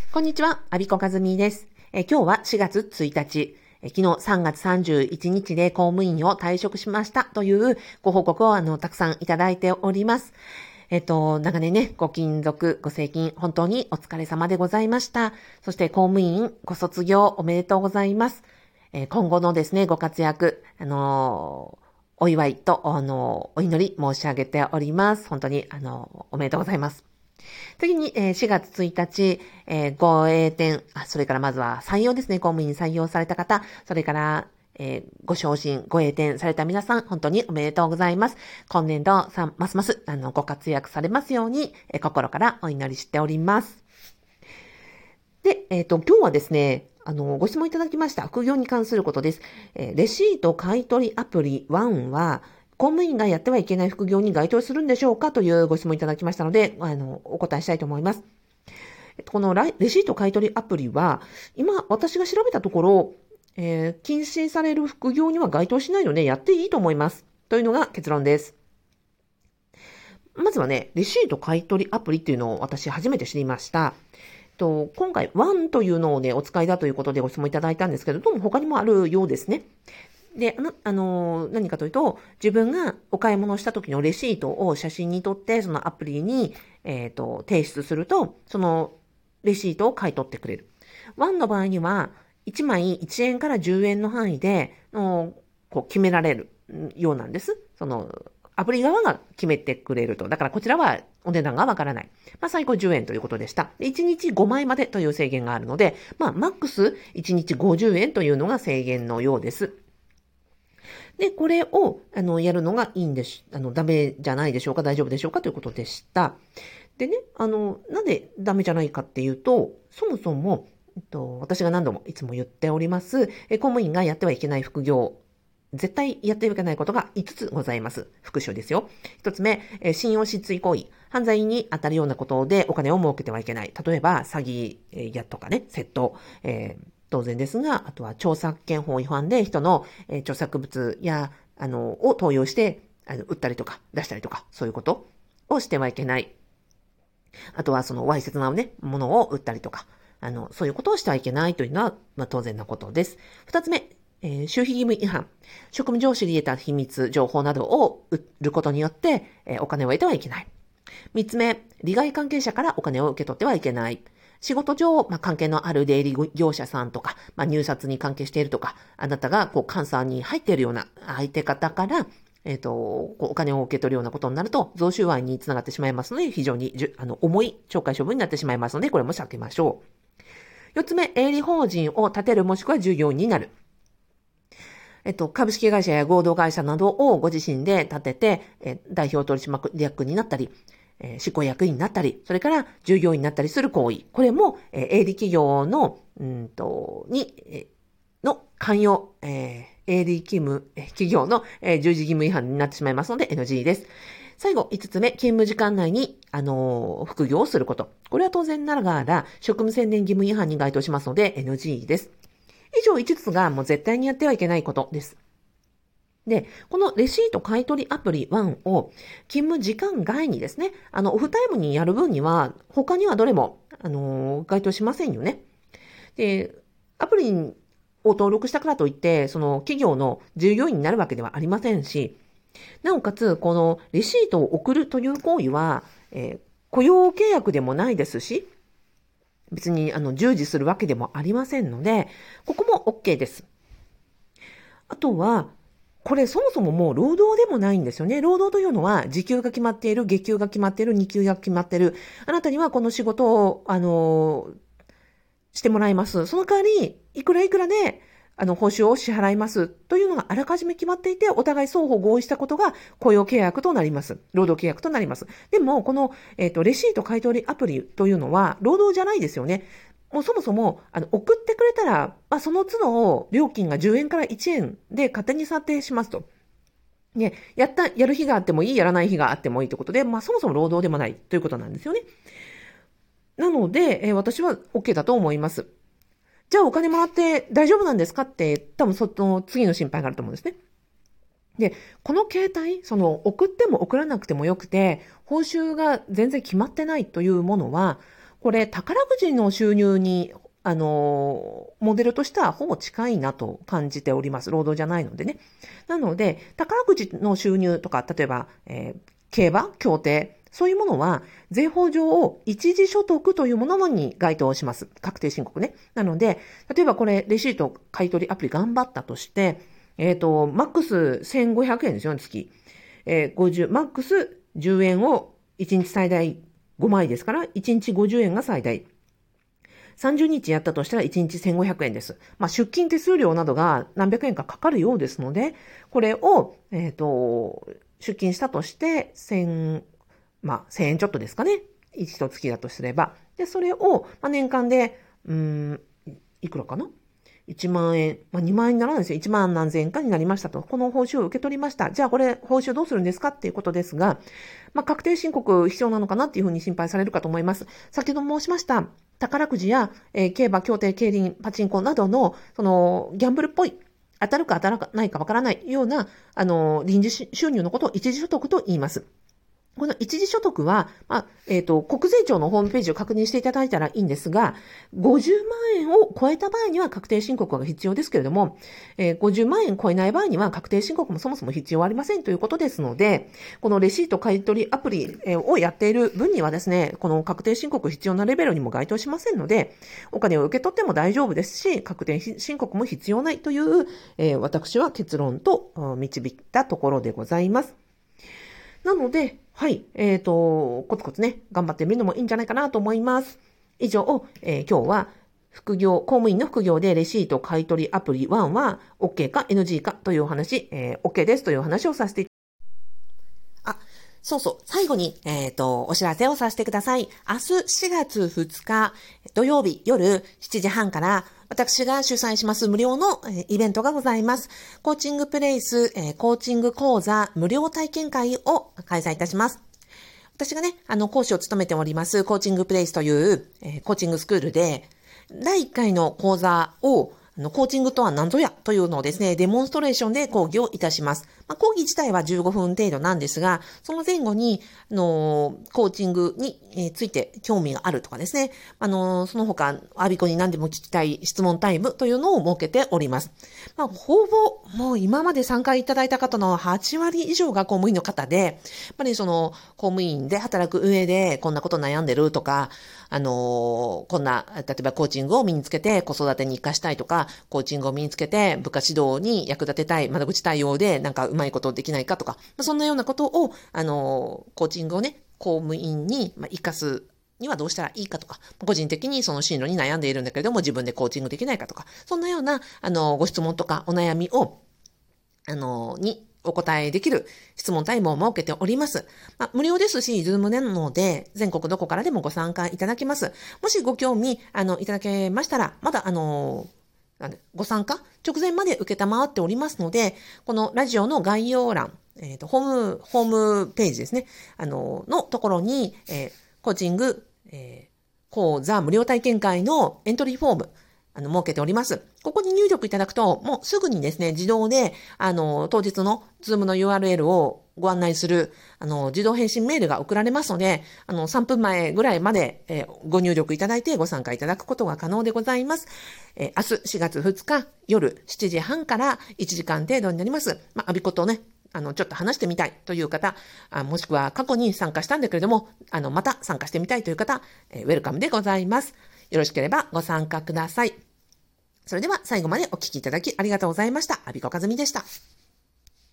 こんにちは、アビコカズミです。今日は4月1日、昨日3月31日で公務員を退職しましたというご報告をたくさんいただいております。長年ね、ご勤続、ご成勤、本当にお疲れ様でございました。そして公務員ご卒業おめでとうございます。今後のですね、ご活躍、お祝いと、お祈り申し上げております。本当に、おめでとうございます。次に、4月1日、ご栄転、それからまずは採用ですね、公務員に採用された方、それから、ご昇進、ご栄転された皆さん、本当におめでとうございます。今年度ますます、ご活躍されますように、心からお祈りしております。で、今日はですね、ご質問いただきました副業に関することです。レシート買取アプリ1は、公務員がやってはいけない副業に該当するんでしょうかというご質問いただきましたので、お答えしたいと思います。このレシート買取アプリは、今私が調べたところ、禁止される副業には該当しないので、やっていいと思います。というのが結論です。まずはね、レシート買取アプリっていうのを私初めて知りました。今回、1というのをね、お使いだということでご質問いただいたんですけど、どうも他にもあるようですね。で、何かというと、自分がお買い物した時のレシートを写真に撮って、そのアプリに、提出すると、そのレシートを買い取ってくれる。1の場合には、1枚1円から10円の範囲で、こう決められるようなんです。アプリ側が決めてくれると。だからこちらはお値段がわからない。最高10円ということでした。1日5枚までという制限があるので、マックス1日50円というのが制限のようです。で、これを、やるのがいいんです。ダメじゃないでしょうか、大丈夫でしょうかということでした。でね、なんでダメじゃないかっていうと、そもそも、私が何度もいつも言っております、公務員がやってはいけない副業、絶対やってはいけないことが5つございます。復習ですよ。1つ目、信用失墜行為。犯罪に当たるようなことでお金を儲けてはいけない。例えば、詐欺やとかね、窃盗、当然ですが、あとは著作権法違反で人の、著作物や、を盗用して、売ったりとか出したりとか、そういうことをしてはいけない。あとはそのわいせつなね、ものを売ったりとか、そういうことをしてはいけないというのは、当然なことです。二つ目、収費義務違反。職務上知り得た秘密、情報などを売ることによって、お金を得てはいけない。三つ目、利害関係者からお金を受け取ってはいけない。仕事上、関係のある出入り業者さんとか、入札に関係しているとか、あなたが監査に入っているような相手方から、お金を受け取るようなことになると、贈収賄につながってしまいますので、非常に重い懲戒処分になってしまいますので、これも避けましょう。四つ目、営利法人を立てるもしくは従業員になる。株式会社や合同会社などをご自身で立てて、代表取締役になったり、執行役員になったり、それから従業員になったりする行為。これも、営利企業の、の関与、営利企業の、従事義務違反になってしまいますので NG です。最後、5つ目、勤務時間内に、副業をすること。これは当然ながら、職務宣伝義務違反に該当しますので NG です。以上5つがもう絶対にやってはいけないことです。で、このレシート買取アプリ1を勤務時間外にですね、オフタイムにやる分には、他にはどれも、該当しませんよね。で、アプリを登録したからといって、その企業の従業員になるわけではありませんし、なおかつ、このレシートを送るという行為は、雇用契約でもないですし、別に従事するわけでもありませんので、ここも OK です。あとは、これそもそももう労働でもないんですよね。労働というのは時給が決まっている、月給が決まっている、日給が決まっている。あなたにはこの仕事を、してもらいます。その代わり、いくらいくらで、報酬を支払いますというのがあらかじめ決まっていて、お互い双方合意したことが雇用契約となります。労働契約となります。でも、この、レシート買取アプリというのは、労働じゃないですよね。もうそもそも、送ってくれたら、その都度、料金が10円から1円で勝手に査定しますと。ね、やる日があってもいい、やらない日があってもいいということで、そもそも労働でもないということなんですよね。なので、私は OK だと思います。じゃあお金もらって大丈夫なんですかって、多分その次の心配があると思うんですね。で、この携帯、送っても送らなくてもよくて、報酬が全然決まってないというものは、 これ、宝くじの収入に、モデルとしてはほぼ近いなと感じております。労働じゃないのでね。なので、宝くじの収入とか、例えば、競馬、競艇、そういうものは、税法上、一時所得というものに該当します。確定申告ね。なので、例えばこれ、レシート買取アプリ頑張ったとして、マックス1500円ですよね、月。マックス10円を1日最大5枚ですから、1日50円が最大。30日やったとしたら1日1500円です。出勤手数料などが何百円かかかるようですので、これを、出勤したとして、1000円ちょっとですかね。一月だとすれば。で、それを、年間で、いくらかな ?1 万円。2万円にならないですよ。1万何千円かになりましたと。この報酬を受け取りました。じゃあこれ、報酬どうするんですかっていうことですが、確定申告必要なのかなっていうふうに心配されるかと思います。先ほど申しました。宝くじや、競馬、競艇、競輪、パチンコなどの、ギャンブルっぽい、当たるか当たらないかわからないような、臨時収入のことを一時所得と言います。この一時所得は、国税庁のホームページを確認していただいたらいいんですが、50万円を超えた場合には確定申告が必要ですけれども、50万円超えない場合には確定申告もそもそも必要ありませんということですので、このレシート買取アプリをやっている分にはですね、この確定申告必要なレベルにも該当しませんので、お金を受け取っても大丈夫ですし、確定申告も必要ないという、私は結論と導いたところでございます。なので、はい、コツコツね、頑張ってみるのもいいんじゃないかなと思います。以上、今日は公務員の副業でレシート買取アプリ1は OK か NG かというお話、OK ですというお話をさせてそうそう。最後に、お知らせをさせてください。明日4月2日土曜日夜7時半から私が主催します無料のイベントがございます。コーチングプレイスコーチング講座無料体験会を開催いたします。私がね、講師を務めておりますコーチングプレイスという、コーチングスクールで第1回の講座をコーチングとは何ぞやというのをですね、デモンストレーションで講義をいたします。講義自体は15分程度なんですが、その前後に、コーチングについて興味があるとかですね、その他、アビコに何でも聞きたい質問タイムというのを設けております。ほぼ、もう今まで参加いただいた方の8割以上が公務員の方で、やっぱり公務員で働く上でこんなこと悩んでるとか、こんな、例えばコーチングを身につけて子育てに活かしたいとか、コーチングを身につけて部下指導に役立てたい、窓口対応でなんかうまいことできないかとか、そんなようなことを、コーチングをね、公務員に活かすにはどうしたらいいかとか、個人的にその進路に悩んでいるんだけれども自分でコーチングできないかとか、そんなような、ご質問とかお悩みを、にお答えできる質問タイムを設けております。無料ですし、ズームなので、全国どこからでもご参加いただけます。もしご興味、いただけましたら、まだ、ご参加直前まで受けたまわっておりますので、このラジオの概要欄、ホームページですね。のところに、コーチング、講座無料体験会のエントリーフォーム、設けております。ここに入力いただくと、もうすぐにですね、自動で、当日のズームの URL をご案内する、自動返信メールが送られますので、3分前ぐらいまで、ご入力いただいてご参加いただくことが可能でございます。明日4月2日夜7時半から1時間程度になります。アビコとね、ちょっと話してみたいという方、もしくは過去に参加したんだけれども、また参加してみたいという方、ウェルカムでございます。よろしければご参加ください。それでは最後までお聞きいただきありがとうございました。アビコカズミでした。